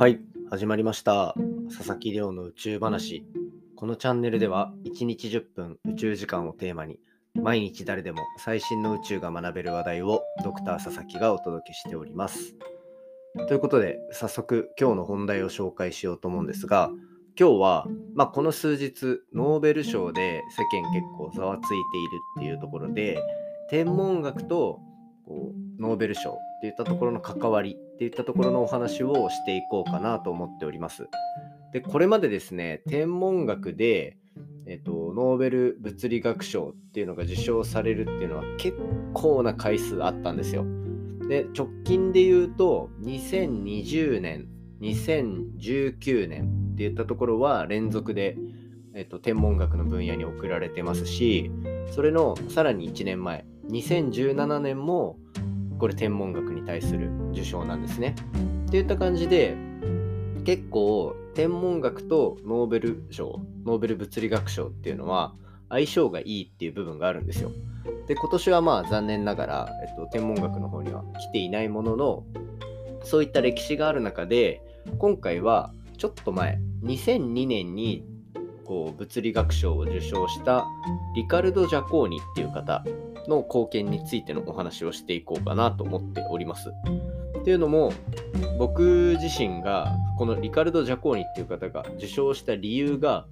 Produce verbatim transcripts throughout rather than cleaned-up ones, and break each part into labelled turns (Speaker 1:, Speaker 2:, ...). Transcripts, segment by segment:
Speaker 1: はい、始まりました。佐々木亮の宇宙話。このチャンネルではいちにちじゅっぷん宇宙時間をテーマに、毎日誰でも最新の宇宙が学べる話題をドクター佐々木がお届けしております。ということで、早速今日の本題を紹介しようと思うんですが、今日は、まあ、この数日、ノーベル賞で世間結構ざわついているっていうところで、天文学とこうノーベル賞っていったところの関わりっていったところのお話をしていこうかなと思っております。で、これまでですね、天文学で、えっと、ノーベル物理学賞っていうのが受賞されるっていうのは結構な回数あったんですよ。で、直近で言うとにせんにじゅうねん、にせんじゅうきゅうねんっていったところは連続で、えっと、天文学の分野に贈られてますし、それのさらにいちねんまえ、にせんじゅうななねんもこれ天文学に対する受賞なんですね。っていった感じで、結構天文学とノーベル賞、ノーベル物理学賞っていうのは相性がいいっていう部分があるんですよ。で、今年はまあ残念ながら、えっと、天文学の方には来ていないものの、そういった歴史がある中で、今回はちょっと前、にせんにねんにこう物理学賞を受賞したリカルド・ジャコーニっていう方の貢献についてのお話をしていこうかなと思っております。っていうのも、僕自身がこのリカルド・ジャコーニっていう方が受賞した理由が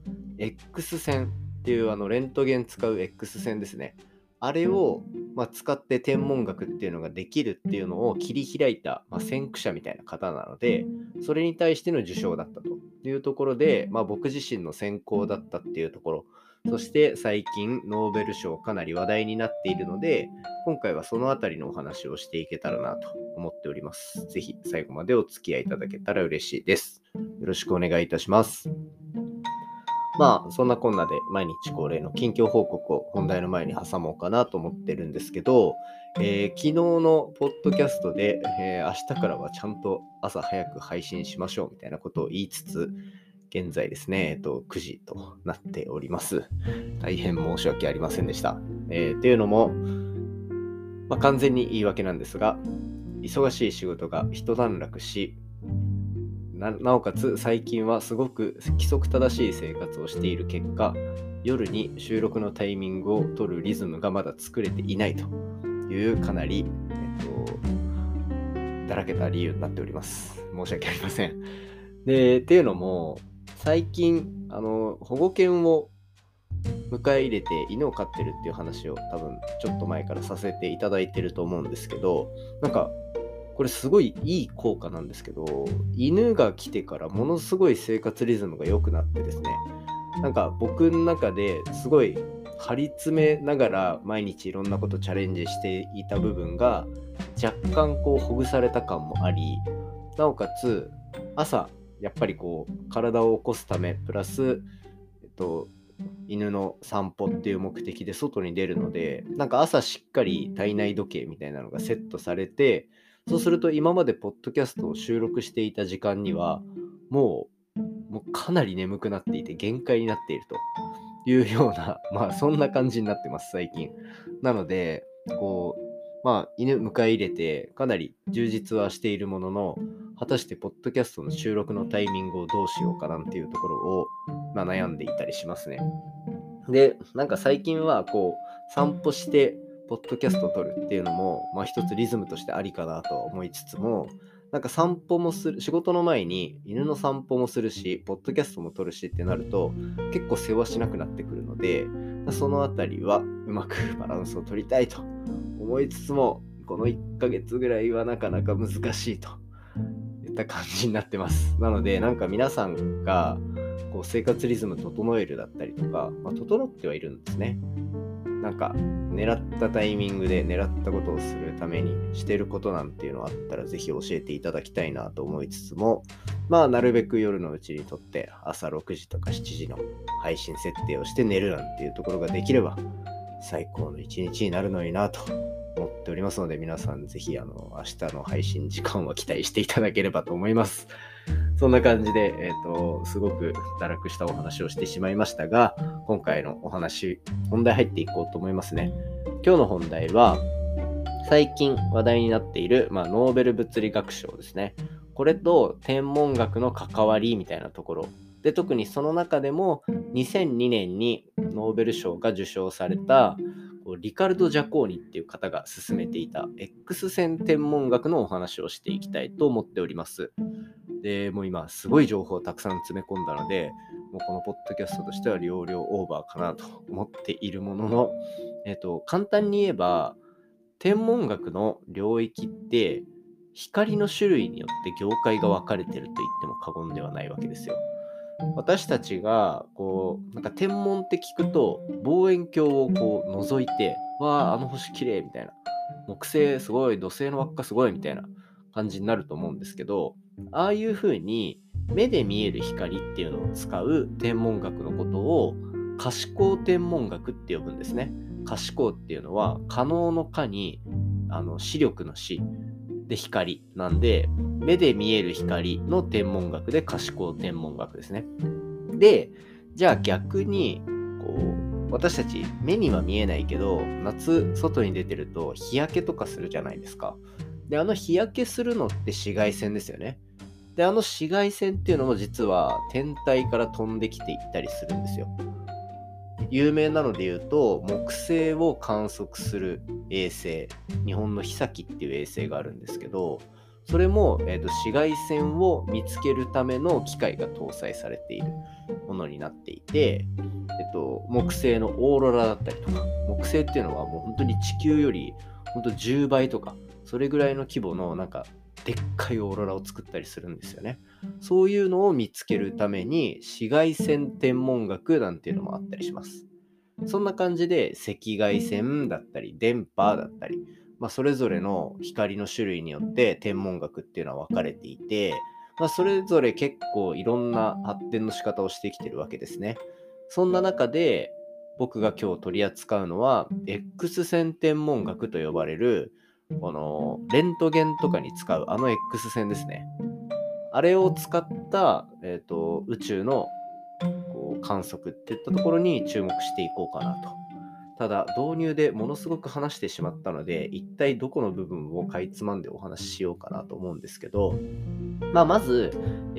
Speaker 1: X 線っていうあのレントゲン使う X 線ですね。あれを、まあ、使って天文学っていうのができるっていうのを切り開いた、まあ、先駆者みたいな方なので、それに対しての受賞だったというところで、まあ、僕自身の選考だったっていうところ、そして最近ノーベル賞かなり話題になっているので、今回はそのあたりのお話をしていけたらなと思っております。ぜひ最後までお付き合いいただけたら嬉しいです。よろしくお願いいたします。まあそんなこんなで毎日恒例の近況報告を本題の前に挟もうかなと思ってるんですけど、えー、昨日のポッドキャストで、えー、明日からはちゃんと朝早く配信しましょうみたいなことを言いつつ、現在ですね、えっと、くじとなっております。大変申し訳ありませんでした。えー、っていうのも、まあ、完全に言い訳なんですが、忙しい仕事が一段落し、な, なおかつ最近はすごく規則正しい生活をしている結果、夜に収録のタイミングを取るリズムがまだ作れていないというかなり、えっと、だらけた理由になっております。申し訳ありません。で、っていうのも、最近、あの、保護犬を迎え入れて犬を飼ってるっていう話を多分ちょっと前からさせていただいてると思うんですけど、なんかこれすごいいい効果なんですけど、犬が来てからものすごい生活リズムが良くなってですね、なんか僕の中ですごい張り詰めながら毎日いろんなことチャレンジしていた部分が若干こうほぐされた感もあり、なおかつ朝やっぱりこう体を起こすためプラス、えっと犬の散歩っていう目的で外に出るので、なんか朝しっかり体内時計みたいなのがセットされて、そうすると今までポッドキャストを収録していた時間にはもうもうかなり眠くなっていて限界になっているというような、まあそんな感じになってます最近。なのでこうまあ犬迎え入れてかなり充実はしているものの、果たしてポッドキャストの収録のタイミングをどうしようかなんていうところを、まあ、悩んでいたりしますね。で、なんか最近はこう散歩してポッドキャストを撮るっていうのも、まあ一つリズムとしてありかなと思いつつも、なんか散歩もする、仕事の前に犬の散歩もするし、ポッドキャストも撮るしってなると結構世話しなくなってくるので、そのあたりはうまくバランスを取りたいと思いつつも、このいっかげつぐらいはなかなか難しいといった感じになってます。なのでなんか皆さんがこう生活リズム整えるだったりとか、まあ、整ってはいるんですね。なんか狙ったタイミングで狙ったことをするためにしてることなんていうのがあったらぜひ教えていただきたいなと思いつつも、まあなるべく夜のうちにとって朝ろくじとかしちじの配信設定をして寝るなんていうところができれば最高の一日になるのになと思っておりますので、皆さんぜひあの明日の配信時間は期待していただければと思います。そんな感じで、えっと、すごく堕落したお話をしてしまいましたが、今回のお話、本題入っていこうと思いますね。今日の本題は、最近話題になっている、まあ、ノーベル物理学賞ですね。 これと天文学の関わりみたいなところで、特にその中でもにせんにねんにノーベル賞が受賞されたリカルド・ジャコーニっていう方が進めていた X 線天文学のお話をしていきたいと思っております。で、もう今すごい情報をたくさん詰め込んだので、もうこのポッドキャストとしては容量オーバーかなと思っているものの、えっと、簡単に言えば天文学の領域って光の種類によって業界が分かれてると言っても過言ではないわけですよ。私たちがこうなんか天文って聞くと望遠鏡をこう覗いて、わああの星綺麗みたいな、木星すごい、土星の輪っかすごいみたいな感じになると思うんですけど、ああいう風に目で見える光っていうのを使う天文学のことを可視光天文学って呼ぶんですね。可視光っていうのは可能の可にあの視力の視で光なんで、目で見える光の天文学で可視光天文学ですね。で、じゃあ逆にこう私たち目には見えないけど、夏外に出てると日焼けとかするじゃないですか。で、あの日焼けするのって紫外線ですよね。で、あの紫外線っていうのも実は天体から飛んできていったりするんですよ。有名なので言うと、木星を観測する衛星、日本のひさきっていう衛星があるんですけど、それも、えーと、紫外線を見つけるための機械が搭載されているものになっていて、えっと、木星のオーロラだったりとか、木星っていうのはもう本当に地球より本当じゅうばいとか、それぐらいの規模のなんかでっかいオーロラを作ったりするんですよね。そういうのを見つけるために紫外線天文学なんていうのもあったりします。そんな感じで赤外線だったり電波だったり、まあ、それぞれの光の種類によって天文学っていうのは分かれていて、まあ、それぞれ結構いろんな発展の仕方をしてきてるわけですね。そんな中で僕が今日取り扱うのは X 線天文学と呼ばれるこのレントゲンとかに使うあの X 線ですね。あれを使った、えーと、宇宙のこう観測っていったところに注目していこうかなと。ただ導入でものすごく話してしまったので、一体どこの部分をかいつまんでお話ししようかなと思うんですけど、まあ、まず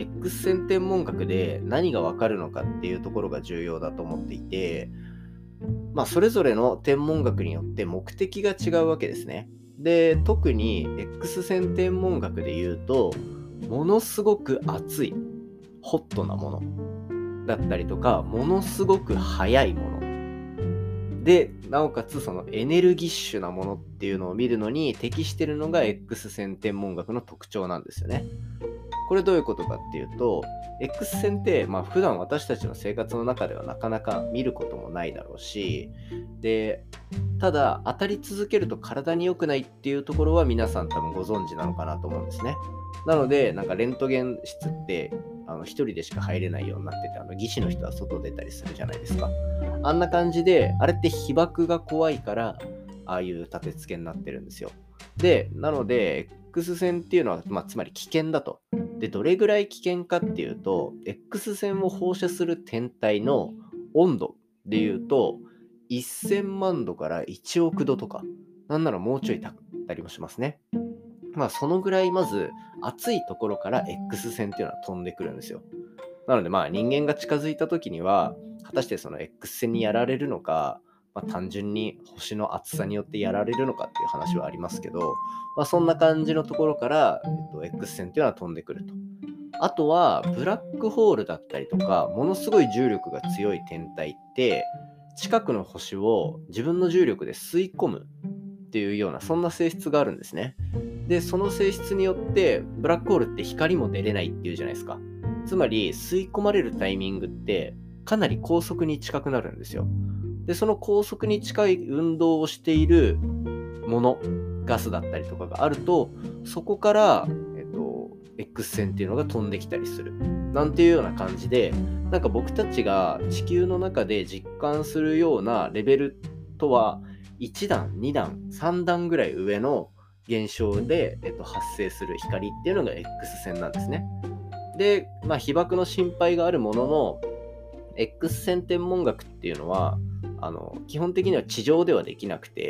Speaker 1: X 線天文学で何がわかるのかっていうところが重要だと思っていて、まあ、それぞれの天文学によって目的が違うわけですね。で、特に X 線天文学で言うと、ものすごく熱いホットなものだったりとか、ものすごく速いもので、なおかつそのエネルギッシュなものっていうのを見るのに適しているのが X 線天文学の特徴なんですよね。これどういうことかっていうと、X 線ってまあ普段私たちの生活の中ではなかなか見ることもないだろうし、で、ただ当たり続けると体に良くないっていうところは皆さん多分ご存知なのかなと思うんですね。なので、なんかレントゲン室ってあの一人でしか入れないようになってて、あの技師の人は外出たりするじゃないですか。あんな感じで、あれって被曝が怖いから、ああいう立て付けになってるんですよ。で、なので、X 線っていうのは、まあ、つまり危険だと。で、どれぐらい危険かっていうと、X 線を放射する天体の温度でいうと、せんまんどからいちおくどとか、なんならもうちょい高かったりもしますね。まあ、そのぐらいまず暑いところから X 線っていうのは飛んでくるんですよ。なのでまあ人間が近づいた時には果たしてその X 線にやられるのか、まあ、単純に星の厚さによってやられるのかっていう話はありますけど、まあ、そんな感じのところから、えっと、X 線っていうのは飛んでくると。あとはブラックホールだったりとか、ものすごい重力が強い天体って近くの星を自分の重力で吸い込むっていうようなそんな性質があるんですね。で、その性質によってブラックホールって光も出れないっていうじゃないですか。つまり吸い込まれるタイミングってかなり高速に近くなるんですよ。で、その高速に近い運動をしているもの、ガスだったりとかがあると、そこから、えっと、X 線っていうのが飛んできたりする。なんていうような感じで、なんか僕たちが地球の中で実感するようなレベルとはいちだん、にだん、さんだんぐらい上の現象で、えっと、発生する光っていうのが X 線なんですね。で、まあ、被曝の心配があるものの、X 線天文学っていうのは、あの、基本的には地上ではできなくて、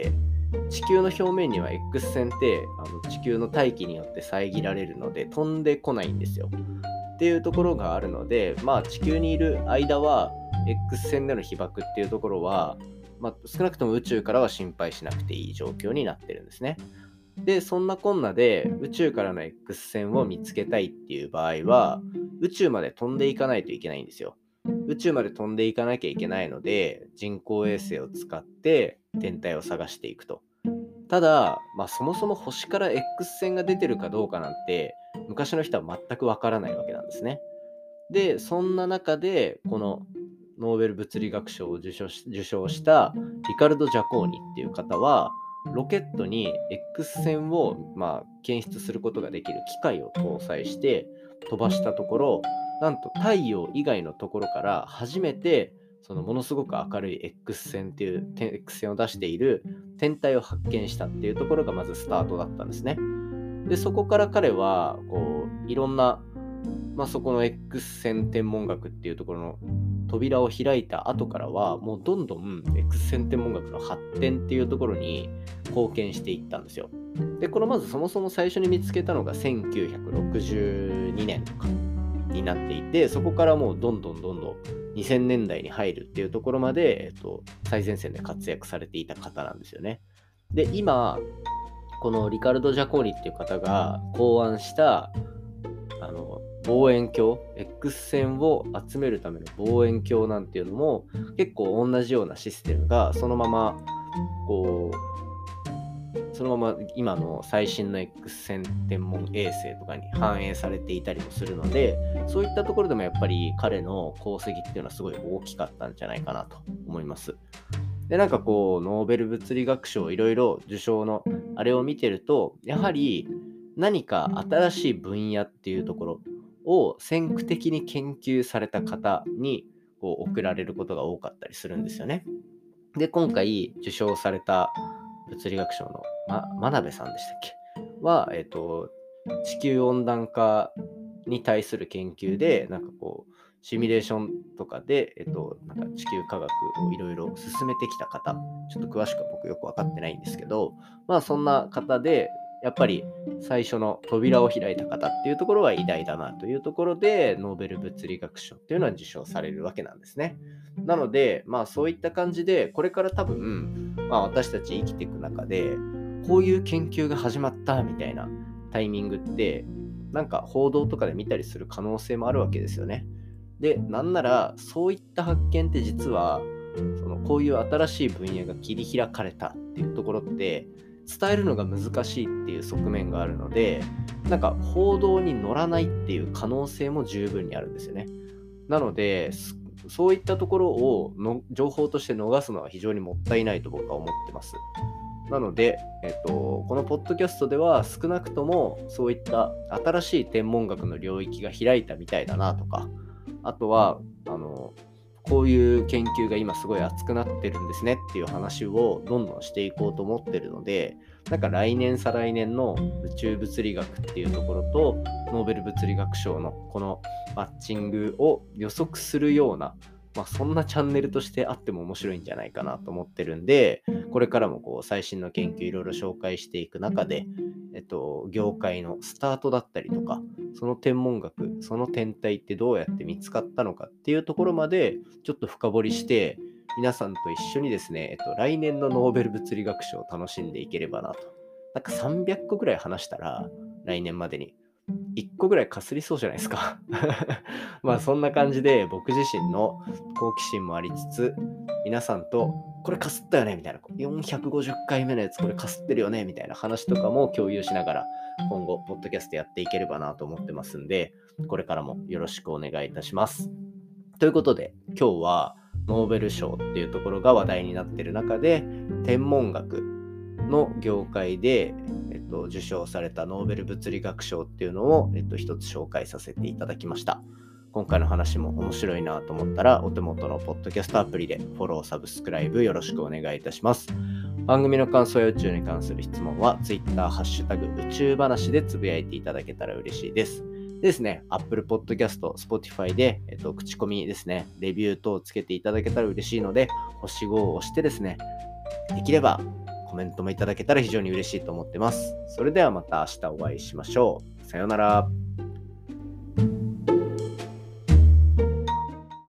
Speaker 1: 地球の表面には X 線ってあの地球の大気によって遮られるので飛んでこないんですよっていうところがあるので、まあ地球にいる間は X 線での被爆っていうところは、まあ、少なくとも宇宙からは心配しなくていい状況になってるんですね。で、そんなこんなで宇宙からの X 線を見つけたいっていう場合は、宇宙まで飛んでいかないといけないんですよ。宇宙まで飛んでいかなきゃいけないので、人工衛星を使って天体を探していくと。ただ、まあ、そもそも星から X 線が出てるかどうかなんて、昔の人は全くわからないわけなんですね。で、そんな中で、このノーベル物理学賞を受賞し、受賞したリカルド・ジャコーニっていう方は、ロケットに X 線を、まあ、検出することができる機械を搭載して飛ばしたところ、なんと太陽以外のところから初めてそのものすごく明るい X 線っていう X 線を出している天体を発見したっていうところがまずスタートだったんですね。で、そこから彼はこういろんな、まあ、そこの X 線天文学っていうところの扉を開いた後からはもうどんどん X 線天文学の発展っていうところに貢献していったんですよ。で、このまずそもそも最初に見つけたのがせんきゅうひゃくろくじゅうにねんとかになっていて、そこからもうどんどんどんどんにせんねんだいに入るっていうところまで、えっと、最前線で活躍されていた方なんですよね。で、今このリカルド・ジャコーニっていう方が考案したあの望遠鏡 X 線を集めるための望遠鏡なんていうのも結構同じようなシステムがそのままこうそのまま今の最新の X 線天文衛星とかに反映されていたりもするので、そういったところでもやっぱり彼の功績っていうのはすごい大きかったんじゃないかなと思います。で、なんかこうノーベル物理学賞いろいろ受賞のあれを見てると、やはり何か新しい分野っていうところを先駆的に研究された方にこう贈られることが多かったりするんですよね。で、今回受賞された物理学賞の、ま、真鍋さんでしたっけは、えっと、地球温暖化に対する研究で、なんかこう、シミュレーションとかで、えっと、なんか地球科学をいろいろ進めてきた方、ちょっと詳しくは僕よく分かってないんですけど、まあそんな方で、やっぱり最初の扉を開いた方っていうところは偉大だなというところで、ノーベル物理学賞っていうのは受賞されるわけなんですね。なので、まあそういった感じで、これから多分、まあ私たち生きていく中で、こういう研究が始まったみたいなタイミングって、なんか報道とかで見たりする可能性もあるわけですよね。で、なんならそういった発見って実は、そのこういう新しい分野が切り開かれたっていうところって伝えるのが難しいっていう側面があるので、なんか報道に乗らないっていう可能性も十分にあるんですよね。なので、そういったところをの情報として逃すのは非常にもったいないと僕は思ってます。なので、えっと、このポッドキャストでは少なくともそういった新しい天文学の領域が開いたみたいだなとか、あとはあのこういう研究が今すごい熱くなってるんですねっていう話をどんどんしていこうと思ってるので、なんか来年再来年の宇宙物理学っていうところとノーベル物理学賞のこのマッチングを予測するような、まあ、そんなチャンネルとしてあっても面白いんじゃないかなと思ってるんで、これからもこう最新の研究いろいろ紹介していく中で、えっと、業界のスタートだったりとか、その天文学、その天体ってどうやって見つかったのかっていうところまでちょっと深掘りして、皆さんと一緒にですね、えっと、来年のノーベル物理学賞を楽しんでいければなと。なんかさんびゃっこぐらい話したら、来年までにいっこぐらいかすりそうじゃないですか。まあそんな感じで僕自身の好奇心もありつつ、皆さんとこれかすったよねみたいな、よんひゃくごじゅっかいめのやつこれかすってるよねみたいな話とかも共有しながら今後ポッドキャストやっていければなと思ってますんで、これからもよろしくお願いいたします。ということで今日はノーベル賞っていうところが話題になっている中で、天文学の業界で、えっと、受賞されたノーベル物理学賞っていうのを、えっと、一つ紹介させていただきました。今回の話も面白いなと思ったら、お手元のポッドキャストアプリでフォロー、サブスクライブよろしくお願いいたします。番組の感想や宇宙に関する質問は Twitter、ハッシュタグ宇宙話でつぶやいていただけたら嬉しいです。でですね、Apple Podcast、Spotify で、えっと、口コミですね、レビュー等をつけていただけたら嬉しいので、星ごを押してですね、できればコメントもいただけたら非常に嬉しいと思ってます。それではまた明日お会いしましょう。さようなら。